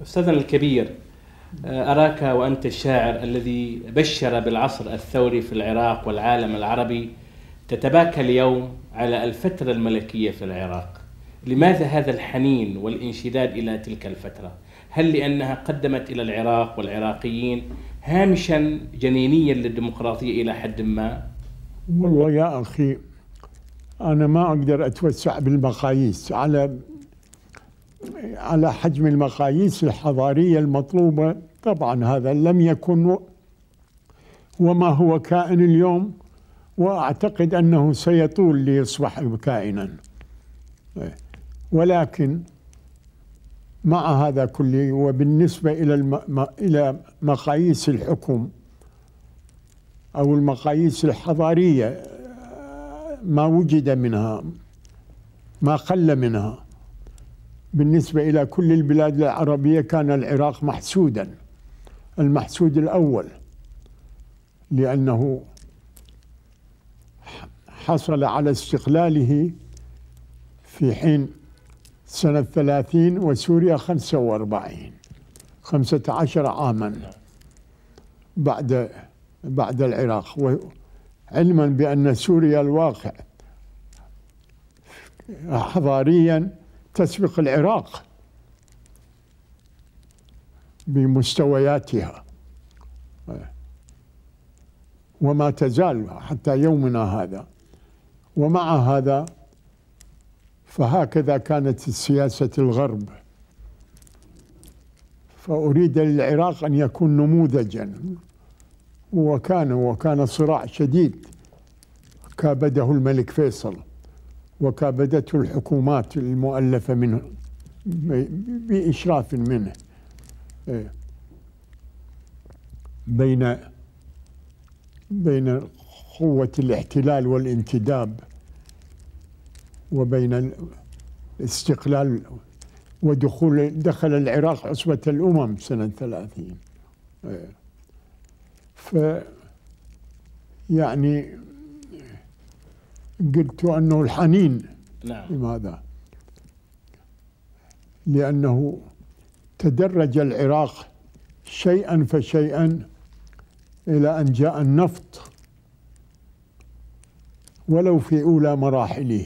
أستاذنا الكبير، أراك وأنت الشاعر الذي بشر بالعصر الثوري في العراق والعالم العربي تتباكى اليوم على الفترة الملكية في العراق. لماذا هذا الحنين والانشداد إلى تلك الفترة؟ هل لأنها قدمت إلى العراق والعراقيين هامشا جنينيا للديمقراطية إلى حد ما؟ والله يا أخي، أنا ما أقدر أتوسع بالمقاييس على حجم المقاييس الحضارية المطلوبة. طبعا هذا لم يكن وما هو كائن اليوم، وأعتقد أنه سيطول ليصبح كائنا. ولكن مع هذا كله، وبالنسبة إلى مقاييس الحكم أو المقاييس الحضارية، ما وجد منها، ما قل منها. بالنسبة إلى كل البلاد العربية كان العراق محسودا، المحسود الأول، لأنه حصل على استقلاله في حين سنة 30 وسوريا 45، 15 عاما بعد العراق. وعلما بأن سوريا الواقع حضاريا تسبق العراق بمستوياتها، وما تزال حتى يومنا هذا. ومع هذا فهكذا كانت سياسة الغرب، فأريد للعراق أن يكون نموذجا، وكان صراع شديد كابده الملك فيصل وكابدته الحكومات المؤلفة منه بإشراف منه، بين قوة الاحتلال والانتداب وبين الاستقلال دخل العراق عصبة الأمم سنة 30. يعني قلت أنه الحنين. نعم. لماذا؟ لأنه تدرج العراق شيئا فشيئا إلى أن جاء النفط، ولو في أولى مراحله.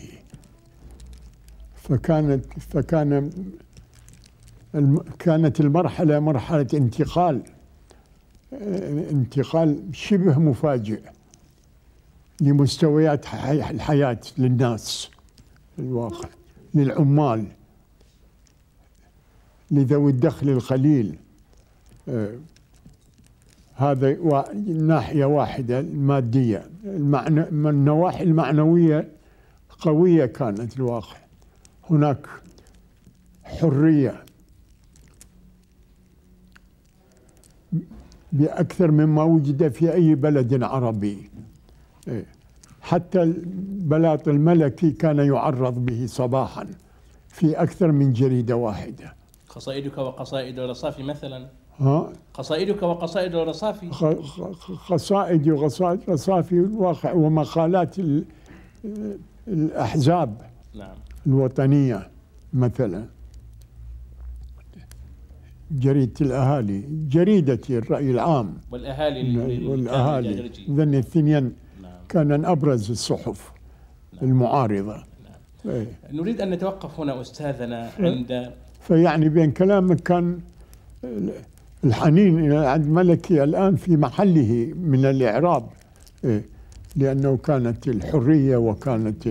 كانت المرحلة مرحلة انتقال شبه مفاجئ لمستويات الحياة للناس الواقع، للعمال، لذوي الدخل القليل. هذا ناحية واحدة المادية. النواحي المعنوية قوية كانت الواقع. هناك حرية بأكثر مما وجد في أي بلد عربي. حتى البلاط الملكي كان يعرض به صباحا في أكثر من جريدة واحدة. قصائدك وقصائد الرصافي مثلا. قصائدك وقصائد الرصافي. قصائدي وقصائد الرصافي الواقع، ومقالات الأحزاب. نعم. الوطنية مثلا، جريدة الأهالي، جريدتي الرأي العام والأهالي، ذن الاثنين. نعم. كان من أبرز الصحف. نعم. المعارضة. نعم. نريد أن نتوقف هنا أستاذنا عند فيعني بين كلامك كان الحنين إلى العهد الملكي الآن في محله من الإعراب، لأنه كانت الحرية وكانت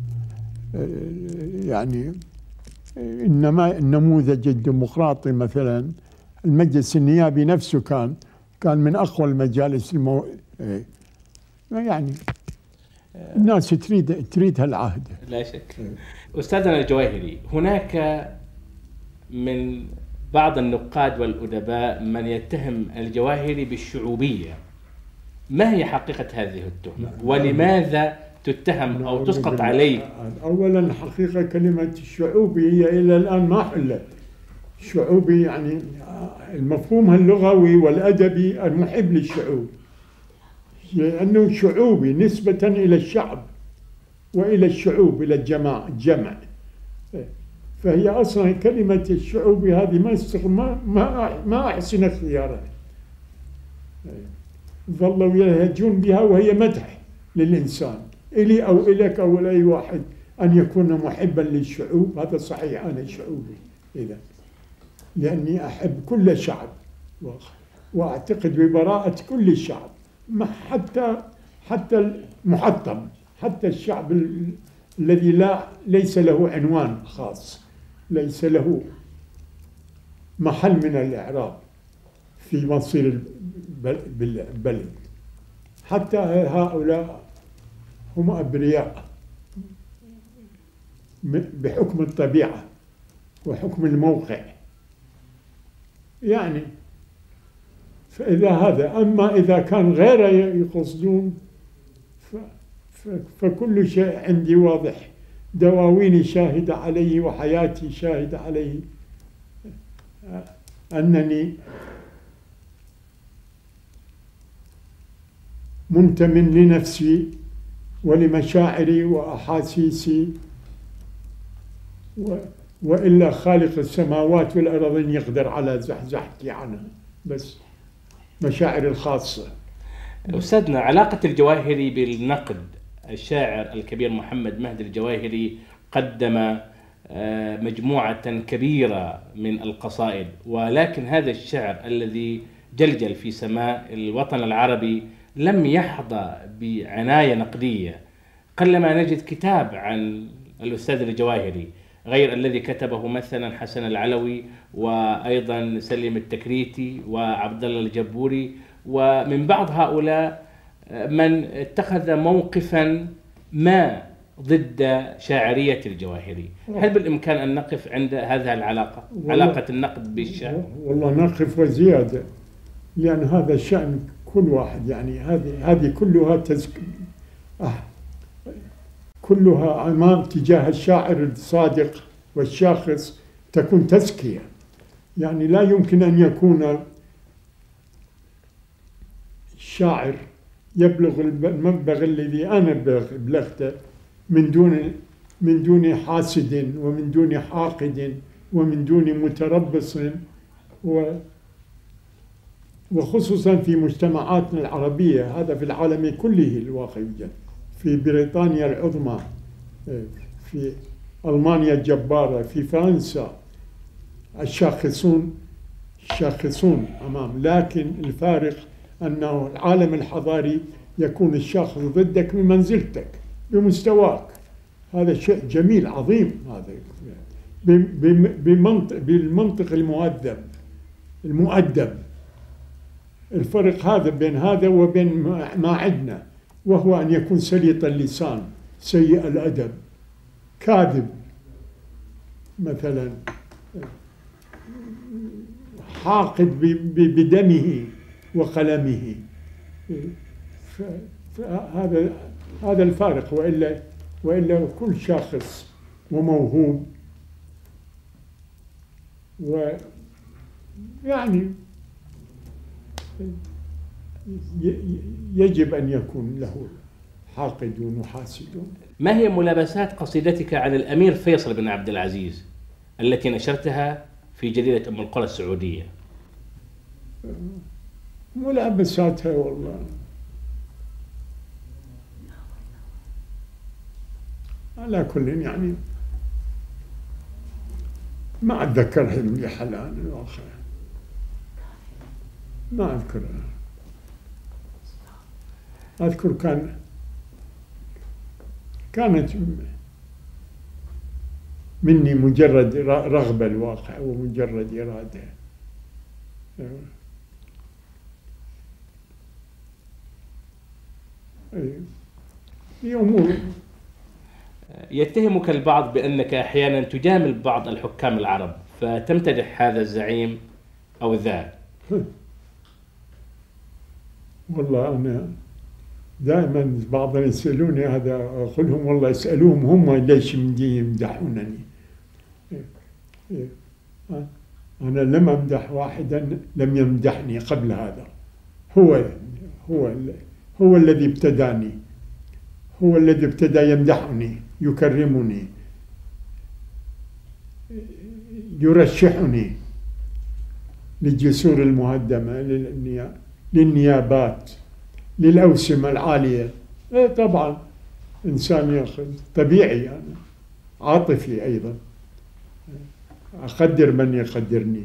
يعني إنما النموذج الديمقراطي. مثلا المجلس النيابي نفسه كان من أقوى المجالس يعني الناس تريد هالعهد. لا شك. أستاذنا الجواهري، هناك من بعض النقاد والأدباء من يتهم الجواهري بالشعوبية. ما هي حقيقة هذه التهمة؟ ولماذا تتهم أو تسقط عليك؟ أولا، حقيقة كلمة الشعوبي هي إلى الآن ما حلت. شعوبي يعني المفهوم اللغوي والأدبي المحب للشعوب، لأنه شعوبي نسبة إلى الشعب وإلى الشعوب، إلى الجمع. فهي أصلا كلمة الشعوبي هذه ما أحسن اختيارها. ظلوا يلهجون بها وهي مدح للإنسان، إلي أو إليك أو لأي واحد، أن يكون محبا للشعوب. هذا صحيح، أنا شعوبي إذا، لأني أحب كل شعب وأعتقد ببراءة كل الشعب، حتى المحطم، حتى الشعب الذي ليس له عنوان خاص، ليس له محل من الإعراب في مصير البلد، حتى هؤلاء هم أبرياء بحكم الطبيعة وحكم الموقع يعني. فإذا هذا، أما إذا كان غير يقصدون فكل شيء عندي واضح، دواويني شاهدة عليه وحياتي شاهدة عليه أنني منتمٍ لنفسي ولمشاعري وأحاسيسي، وإلا خالق السماوات والأرضين يقدر على زحزحتي عنها، بس مشاعري الخاصة. أستاذنا، علاقة الجواهري بالنقد، الشاعر الكبير محمد مهدي الجواهري قدم مجموعة كبيرة من القصائد، ولكن هذا الشعر الذي جلجل في سماء الوطن العربي لم يحظى بعناية نقدية. قلما نجد كتاب عن الأستاذ الجواهري غير الذي كتبه مثلا حسن العلوي، وأيضا سليم التكريتي وعبد الله الجبوري، ومن بعض هؤلاء من اتخذ موقفا ما ضد شاعرية الجواهري. هل بالإمكان أن نقف عند هذه العلاقة، علاقة النقد بالشعر؟ والله نقف وزيادة، لأن هذا شأن كل واحد، يعني هذه كلها كلها أمام تجاه الشاعر الصادق والشاخص تكون تزكية. يعني لا يمكن أن يكون الشاعر يبلغ المبلغ الذي أنا بلغته من دون حاسد ومن دون حاقد ومن دون متربص، وخصوصا في مجتمعاتنا العربية. هذا في العالم كله الواقع يوجد، في بريطانيا العظمى، في ألمانيا الجبارة، في فرنسا، الشاخصون أمام. لكن الفارق أنه العالم الحضاري يكون الشاخص ضدك بمنزلتك بمستواك. هذا شيء جميل عظيم، هذا بالمنطق المؤدب. الفرق هذا بين هذا وبين ما عندنا، وهو أن يكون سليط اللسان، سيء الأدب، كاذب مثلا، حاقد بدمه وقلمه. هذا الفارق، وإلا كل شخص وموهوب، ويعني يجب أن يكون له حاقدون وحاسدون. ما هي ملابسات قصيدتك على الأمير فيصل بن عبد العزيز التي نشرتها في جريدة أم القرى السعودية؟ ملابساتها والله على كل، يعني ما أتذكرها مليحة الآن الواقع، ما أذكرها. أذكر كانت مني مجرد رغبة الواقع ومجرد إرادة. في أمور. يتهمك البعض بأنك أحيانا تجامل بعض الحكام العرب، فتمتدح هذا الزعيم أو ذا. والله أنا دائما بعضهم يسألوني هذا، أقول لهم والله اسألوهم هم ليش يمدحونني. أنا لم أمدح واحدا لم يمدحني قبل هذا. هو الذي ابتداني، هو الذي ابتدى يمدحني يكرمني. يرشحني للجسور المهدمة، للنيابات، للأوسمة العالية. طبعا إنسان يأخذ، طبيعي أنا عاطفي أيضا، أقدر من يقدرني.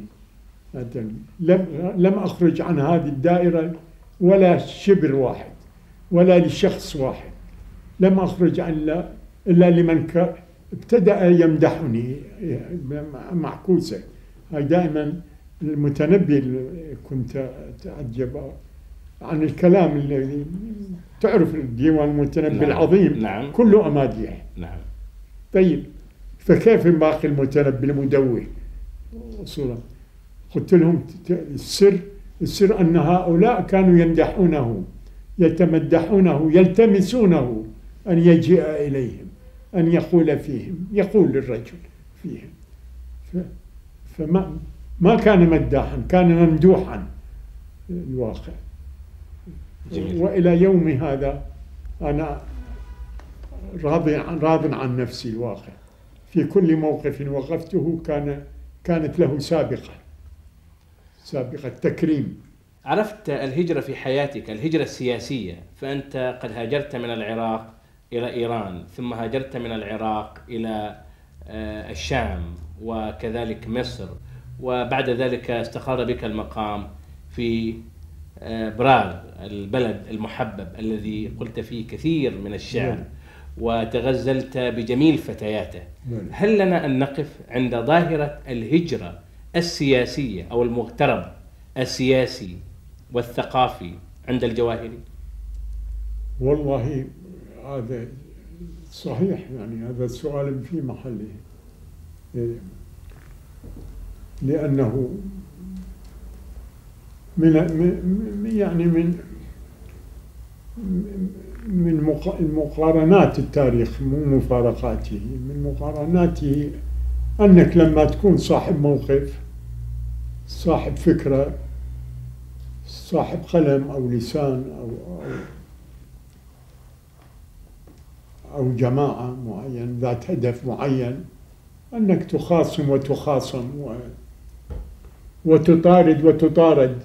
لم أخرج عن هذه الدائرة ولا شبر واحد ولا لشخص واحد، لم أخرج عن إلا لمن ابتدأ يمدحني معكوسة. هاي دائما المتنبي كنت أتعجب عن الكلام الذي تعرف ديوان المتنبي. نعم. العظيم. نعم. كله أماديح. نعم. طيب فكيف باقي المتنبي المدوي أصولا؟ قلت لهم السر أن هؤلاء كانوا يمدحونه، يتمدحونه، يلتمسونه أن يجيء إليهم، أن يقول فيهم، يقول للرجل فيهم. فما كان مداحا، كان ممدوحا الواقع. جميل. وإلى يوم هذا أنا راض عن نفسي. الواقع في كل موقف وقفته كانت له سابقة تكريم. عرفت الهجرة في حياتك، الهجرة السياسية، فأنت قد هاجرت من العراق إلى إيران، ثم هاجرت من العراق إلى الشام وكذلك مصر، وبعد ذلك استقر بك المقام في براغ، البلد المحبب الذي قلت فيه كثير من الشعر وتغزلت بجميل فتياته. هل لنا أن نقف عند ظاهرة الهجرة السياسية أو المغترب السياسي والثقافي عند الجواهري؟ والله هذا صحيح، يعني هذا السؤال في محله، لأنه من مقارنات التاريخ، مو مفارقاته، من مقارناته أنك لما تكون صاحب موقف، صاحب فكرة، صاحب قلم أو لسان أو جماعة معين ذات هدف معين، أنك تخاصم وتخاصم وتطارد وتطارد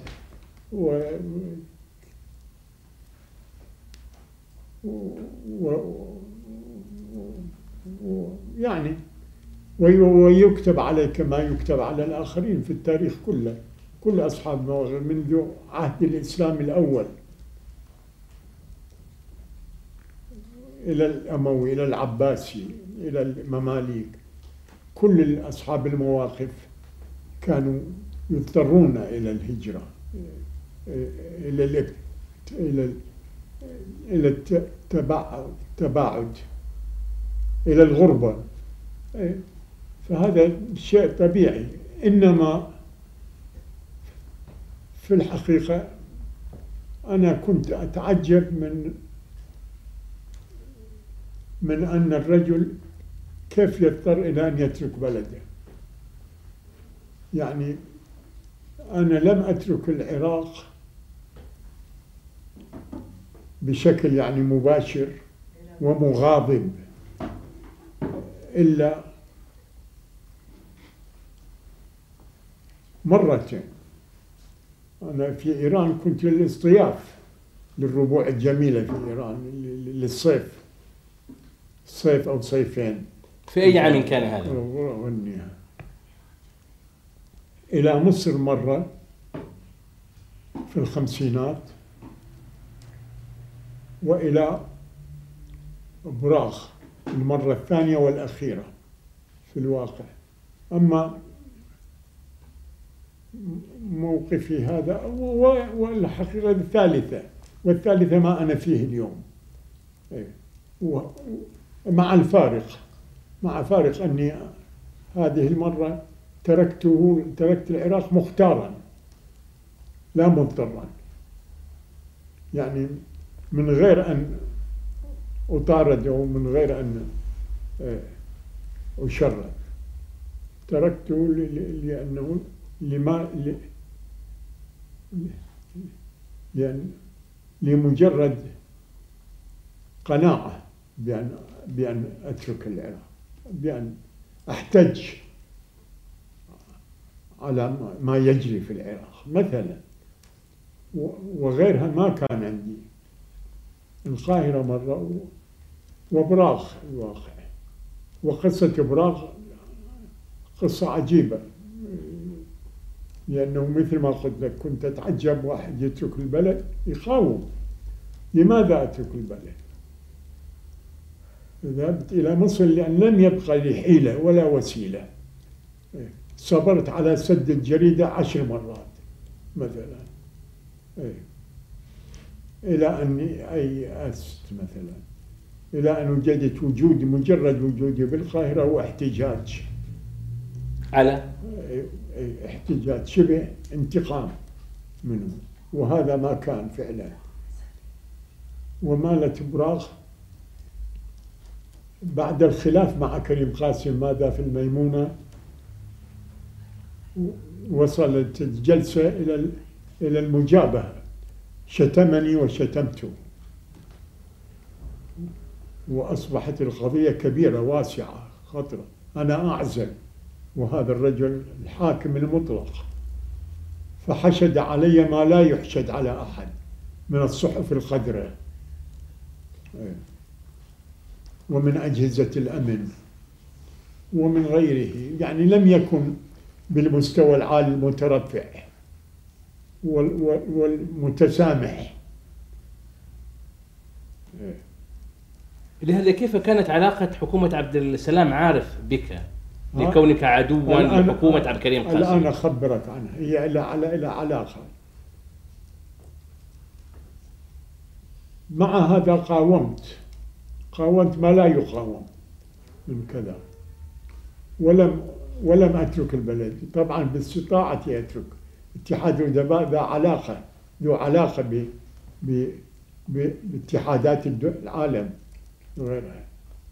يعني ويكتب عليك ما يكتب على الآخرين في التاريخ كله. كل أصحاب منذ عهد الإسلام الأول إلى الأموي، إلى العباسي، إلى المماليك، كل أصحاب المواقف كانوا يضطرون إلى الهجرة، إلى التباعد، إلى الغربة. فهذا شيء طبيعي. إنما في الحقيقة أنا كنت أتعجب من أن الرجل كيف يضطر إلى أن يترك بلده. يعني أنا لم أترك العراق بشكل يعني مباشر ومغاضب إلا مرتين. أنا في إيران كنت للاصطياف للربوع الجميلة في إيران للصيف، صيف أو صيفين. في أي عام كان هذا؟ إلى مصر مرة في الخمسينات، وإلى براغ المرة الثانية والأخيرة في الواقع. أما موقفي هذا والحقيقة والثالثة ما أنا فيه اليوم، مع فارق أني هذه المرة تركت العراق مختارا لا مضطرا، يعني من غير أن أطارد أو من غير أن أشرد. تركته لأنه لمجرد قناعة بأن أترك العراق، بأن أحتج على ما يجري في العراق مثلا، وغيرها ما كان عندي. القاهرة مرة وبراغ الواقع، وقصة براغ قصة عجيبة، لأنه مثل ما قلت لك كنت أتعجب واحد يترك البلد يقاوم. لماذا أترك البلد؟ ذهبت إلى مصر لأن لم يبقى لي حيلة ولا وسيلة. صبرت على سد الجريدة 10 مرات مثلا، إلى أني أيأست مثلا، إلى أن وجدت وجودي، مجرد وجودي بالقاهرة هو احتجاج على احتجاج شبه انتقام منه، وهذا ما كان فعلا. ومالت براغ بعد الخلاف مع كريم قاسم ماذا في الميمونة، وصلت الجلسة إلى المجابهة، شتمني وشتمته، وأصبحت القضية كبيرة واسعة خطرة. أنا أعزل وهذا الرجل الحاكم المطلق، فحشد علي ما لا يحشد على أحد من الصحف القذرة ومن أجهزة الأمن ومن غيره، يعني لم يكن بالمستوى العالي المترفع والمتسامح. لهذا كيف كانت علاقة حكومة عبد السلام عارف بك لكونك عدوا لحكومة عبد الكريم قاسم؟ الآن أخبرك عنها، هي إلى علاقة. مع هذا قاومت ما لا يقاوم من كذا، ولم أترك البلد. طبعا باستطاعتي أترك. اتحاد الأدباء ذو علاقة باتحادات العالم وغيرها.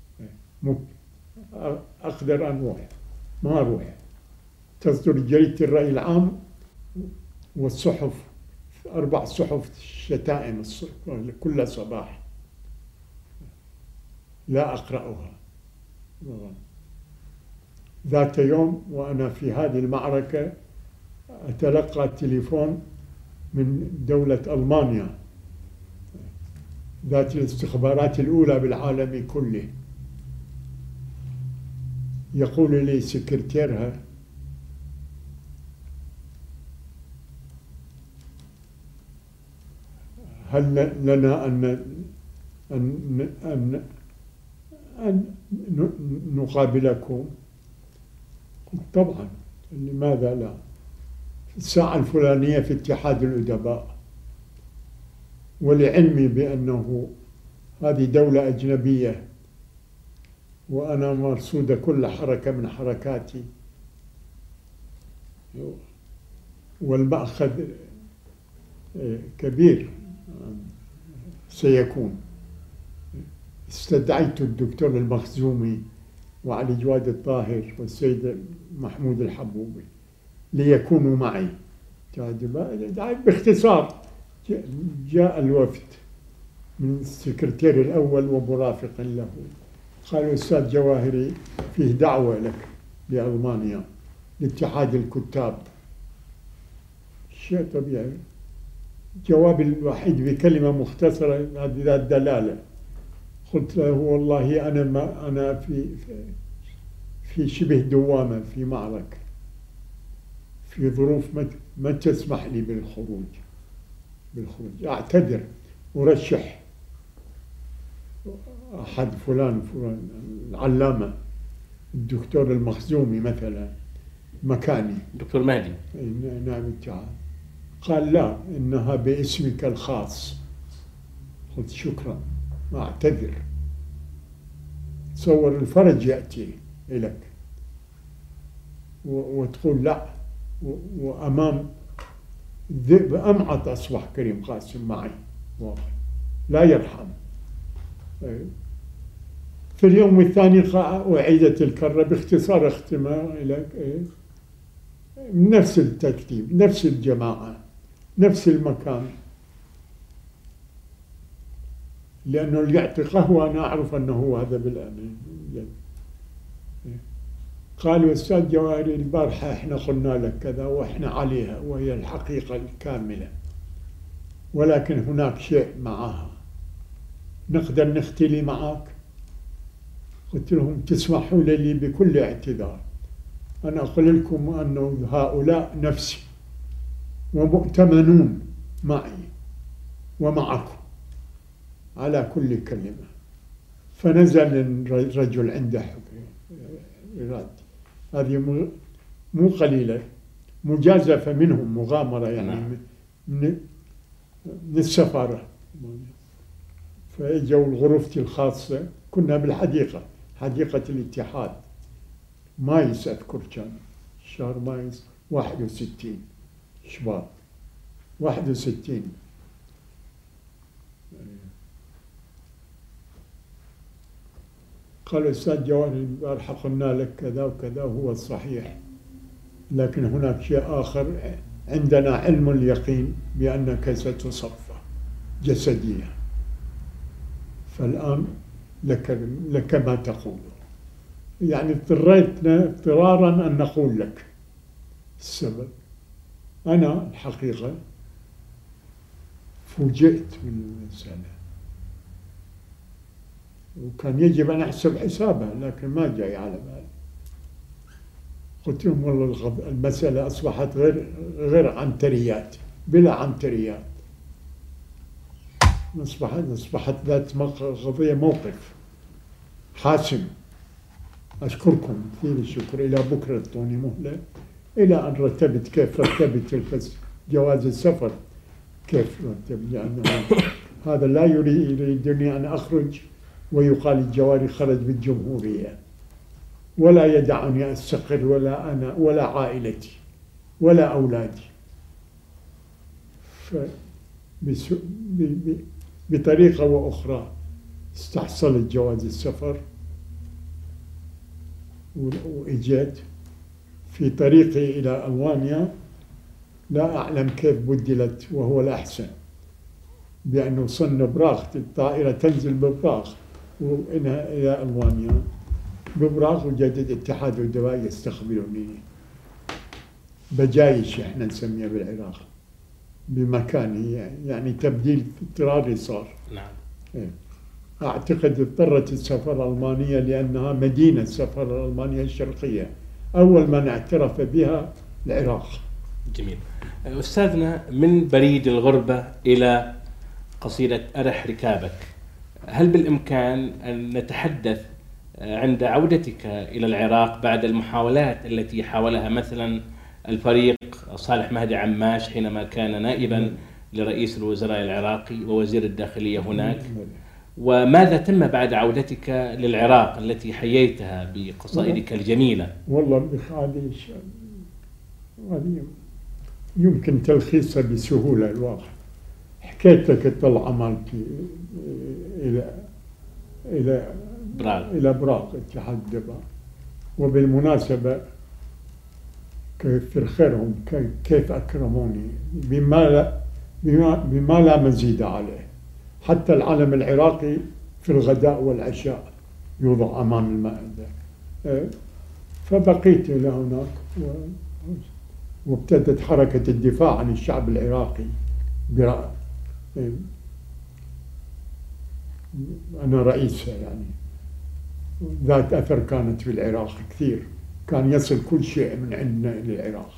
أقدر أن أروح، ما أروح. تصدر جريدة الرأي العام والصحف 4 صحف شتائم كل صباح، لا أقرأها. ذات يوم وأنا في هذه المعركة أتلقى تليفون من دولة ألمانيا ذات الاستخبارات الأولى بالعالم كله، يقول لي سكرتيرها: هل لنا أن نقابلكم؟ قلت طبعا، لماذا لا؟ في الساعة الفلانية في اتحاد الأدباء، ولعلمي بأنه هذه دولة أجنبية وأنا مرصودة كل حركة من حركاتي، والمأخذ كبير سيكون. استدعيت الدكتور المخزومي وعلي جواد الطاهر والسيد محمود الحبوبي ليكونوا معي. باختصار جاء الوفد من السكرتير الأول ومرافق له، قالوا: أستاذ جواهري فيه دعوة لك لألمانيا لاتحاد الكتاب. شيء طبيعي. جوابي الوحيد بكلمة مختصرة هذه ذات دلالة. قلت له: والله أنا في شبه دوامة، في معركة، في ظروف ما تسمح لي بالخروج. أعتذر، أرشح أحد فلان العلامة الدكتور المخزومي مثلا مكاني. دكتور مهدي. نعم. قال: لا، إنها باسمك الخاص. قلت: شكرا، أعتذر. تصور الفرج يأتي إليك وتقول لا، وأمام الذئب أمعط أصبح كريم قاسم معي، واضح لا يرحم. في اليوم الثاني أعيدت الكرة باختصار اختمها إلى نفس الترتيب، نفس الجماعة، نفس المكان، لأنه اللي يعطي قهوة أنا أعرف أنه هو هذا بالأمين. قالوا أستاذ جواهري البارحة إحنا قلنا لك كذا وإحنا عليها وهي الحقيقة الكاملة، ولكن هناك شيء معها، نقدر نختلي معك؟ قلت لهم تسمحوا لي بكل اعتذار أن أقول لكم أن هؤلاء نفسي ومؤتمنون معي ومعكم على كل كلمة. فنزل الرجل عنده رد، هذه مو قليلة، مجازفة منهم، مغامرة يعني من السفارة. فاجوا الغرفتي الخاصة، كنا بالحديقة، حديقة الاتحاد، مايس أذكر كان شهر مايس 61 شباط 61. قال أستاذ جواهري البارحة قلنا لك كذا وكذا هو الصحيح، لكن هناك شيء آخر، عندنا علم اليقين بأنك ستصفى جسديا، فالآن لك ما تقول. يعني اضطريتنا اضطرارا أن نقول لك السبب. أنا الحقيقة فوجئت من المسألة، وكان يجب أن أحسب حسابها لكن ما جاي على بالي. قلت لهم والله المسألة أصبحت غير عنتريات، بلا عنتريات، أصبحت ذات قضية موقف حاسم. أشكركم كثير الشكر، إلى بكرة تعطوني مهلة إلى أن رتبت كيف رتبت جواز السفر، كيف رتب، لأنه هذا لا يريدني أن أخرج ويقال الجواري خرج بالجمهورية، ولا يدعني أستقر، ولا أنا ولا عائلتي ولا أولادي. بطريقة وأخرى استحصلت جواز السفر وإجيت في طريقي إلى ألمانيا. لا أعلم كيف بدلت وهو الأحسن، بأنه وصلنا براغ، الطائرة تنزل ببراغ وإنها إلى ألمانيا ببراغ، وجدد اتحاد الدواء يستقبلني بجايش احنا نسميها بالعراق بمكانه، يعني تبديل اضطراري صار. نعم. أعتقد اضطرت السفارة الألمانية لأنها مدينة السفارة الألمانية الشرقية، أول من اعترف بها العراق. جميل. أستاذنا، من بريد الغربة إلى قصيدة أرح ركابك، هل بالإمكان أن نتحدث عند عودتك إلى العراق بعد المحاولات التي حاولها مثلا الفريق صالح مهدي عماش حينما كان نائبا لرئيس الوزراء العراقي ووزير الداخلية هناك، وماذا تم بعد عودتك للعراق التي حييتها بقصائدك الجميلة؟ والله هذه يمكن تلخيصها بسهولة الواقع. حكيت لك الطلعة مالتي إلى براغ اتحاد الدواء، وبالمناسبة كثر خيرهم كيف أكرموني بما لا مزيد عليه. حتى العلم العراقي في الغداء والعشاء يوضع أمام المائدة. فبقيت إلى هناك وابتدت حركة الدفاع عن الشعب العراقي أنا رئيسها، يعني ذات أثر كانت في العراق كثير، كان يصل كل شيء من عندنا إلى العراق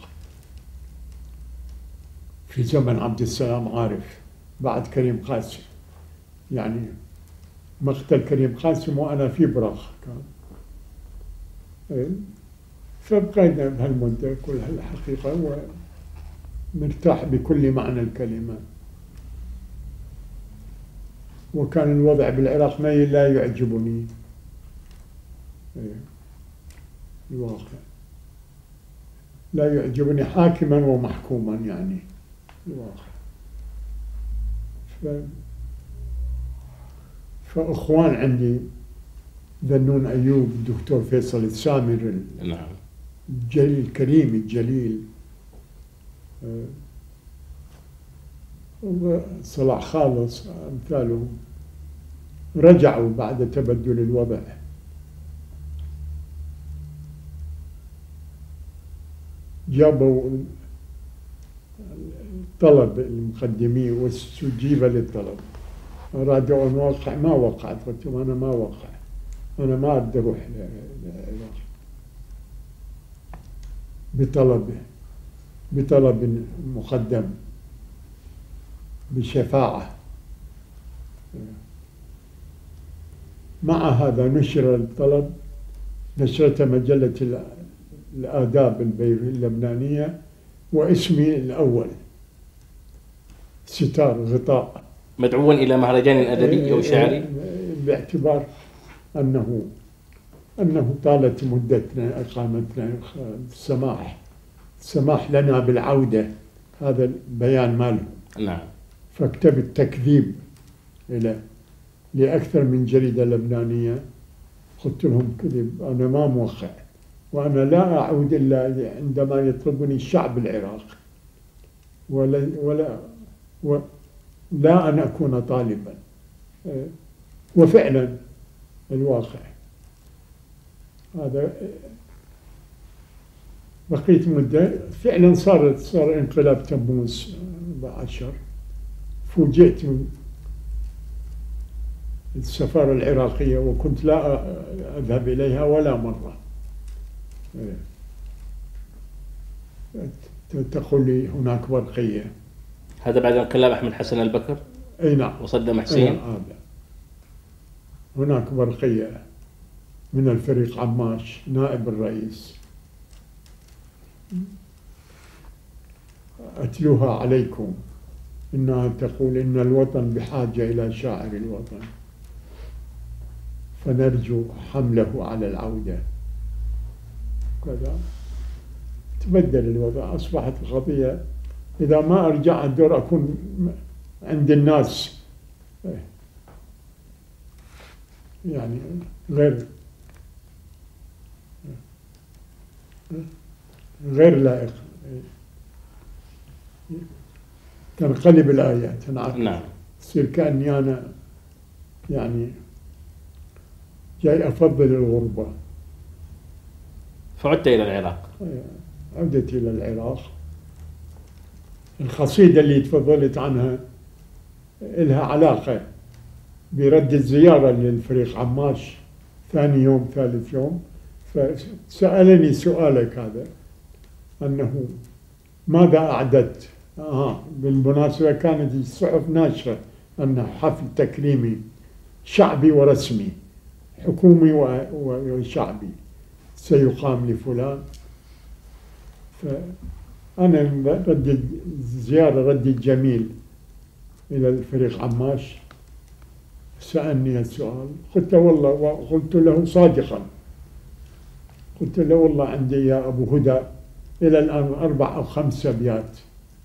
في زمن عبد السلام عارف بعد كريم قاسم، يعني مقتل كريم قاسم وأنا في براغ كان. فبقينا بهالمدة كلها الحقيقة ومرتاح بكل معنى الكلمة. وكان الوضع بالعراق لا يعجبني الواقع، لا يعجبني حاكما ومحكوما يعني الواقع. فأخوان عندي ذنون أيوب، الدكتور فيصل السامر، نعم، الجليل الكريم الجليل، وصلاح خالص أمثالهم، رجعوا بعد تبدل الوضع. جابوا طلب المقدمين واستجيب للطلب. أرادوا أن أوقع، ما وقعت. قلت لهم أنا ما وقع، أنا ما أقدر أروح العراق بطلب مقدم بشفاعة. مع هذا نشر الطلب، نشرته مجلة الآداب اللبنانية، واسمي الأول ستار غطاء، مدعوا إلى مهرجان أدبي أو شعري، باعتبار أنه طالت مدتنا إقامتنا، السماح لنا بالعودة، هذا البيان ماله. نعم. فاكتبت تكذيب لأكثر من جريدة لبنانية. قلت لهم كذب، أنا ما موقع، وأنا لا أعود إلا عندما يطلبني الشعب العراقي، لا أن أكون طالبا. وفعلا الواقع هذا، بقيت مدة فعلا صار انقلاب تموز 14. فوجئت من السفارة العراقية، وكنت لا أذهب إليها ولا مرة. تقول لي هناك برقية. هذا بعد انقلاب أحمد حسن البكر؟ أي نعم. وصدام حسين؟ هناك برقية من الفريق عماش نائب الرئيس، أتلوها عليكم. إنها تقول إن الوطن بحاجة إلى شاعر الوطن، فنرجو حمله على العودة. كذا تبدل الوضع، أصبحت القضية إذا ما أرجع الدور أكون عند الناس، يعني غير لائق. تنقلب الآيات. نعم. تصير كأني أنا يعني جاي أفضل الغربة. فعدت إلى العراق. عدت إلى العراق. القصيدة اللي تفضلت عنها لها علاقة برد الزيارة للفريق عماش ثاني يوم ثالث يوم. فسألني سؤالك هذا، أنه ماذا أعددت؟ بالمناسبة كانت الصحف ناشرة أن حفل تكريمي شعبي ورسمي، حكومي وشعبي، سيقام لفلان. فأنا ردي الزيارة ردي الجميل إلى الفريق عماش، سألني السؤال. قلت والله، وقلت له صادقا، قلت له والله عندي يا أبو هدى إلى الآن 4 أو 5 أبيات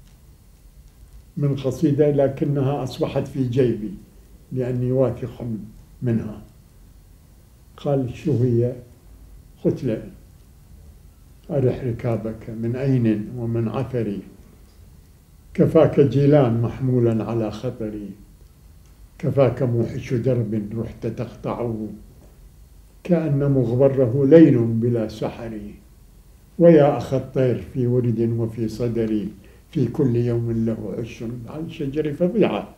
من قصيدة، لكنها أصبحت في جيبي لأني واثق منها. قال شو هي؟ قلت له أرح ركابك من أين ومن عثري، كفاك جيلان محمولا على خطري، كفاك موحش درب رحت تقطعه، كأن مغبره ليل بلا سحر، ويا أخ الطير في ورد وفي صدري، في كل يوم له عش على الشجر فضيعة.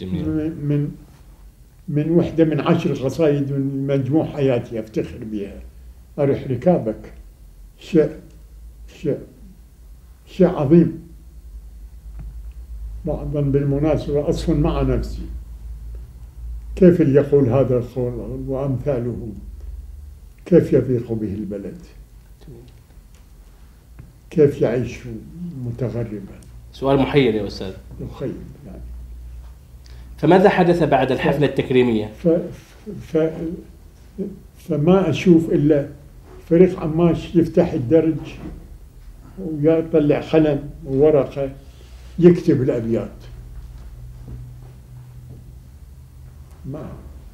من وحدة من 10 قصائد من مجموع حياتي أفتخر بها. أرح ركابك شيء عظيم. بعضا بالمناسبة أصف مع نفسي، كيف يقول هذا القول وأمثاله، كيف يضيق به البلد، كيف يعيش متغربا. سؤال محير يا أستاذ. مخيب يعني. فماذا حدث بعد الحفلة التكريمية؟ فما أشوف إلا فريق عماش يفتح الدرج ويطلع قلم وورقة يكتب الأبيات. ما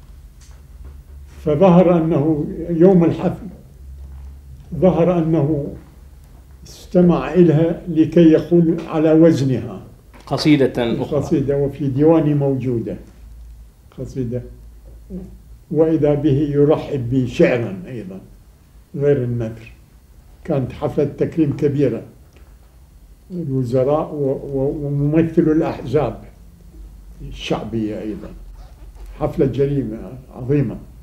فظهر أنه يوم الحفل ظهر أنه استمع إلها لكي يقول على وزنها قصيدة أخرى. قصيدة، وفي ديواني موجودة قصيدة، وإذا به يرحب بي شعرا أيضا غير النثر. كانت حفلة تكريم كبيرة الوزراء وممثلو الأحزاب الشعبية أيضا. حفلة جريمة عظيمة.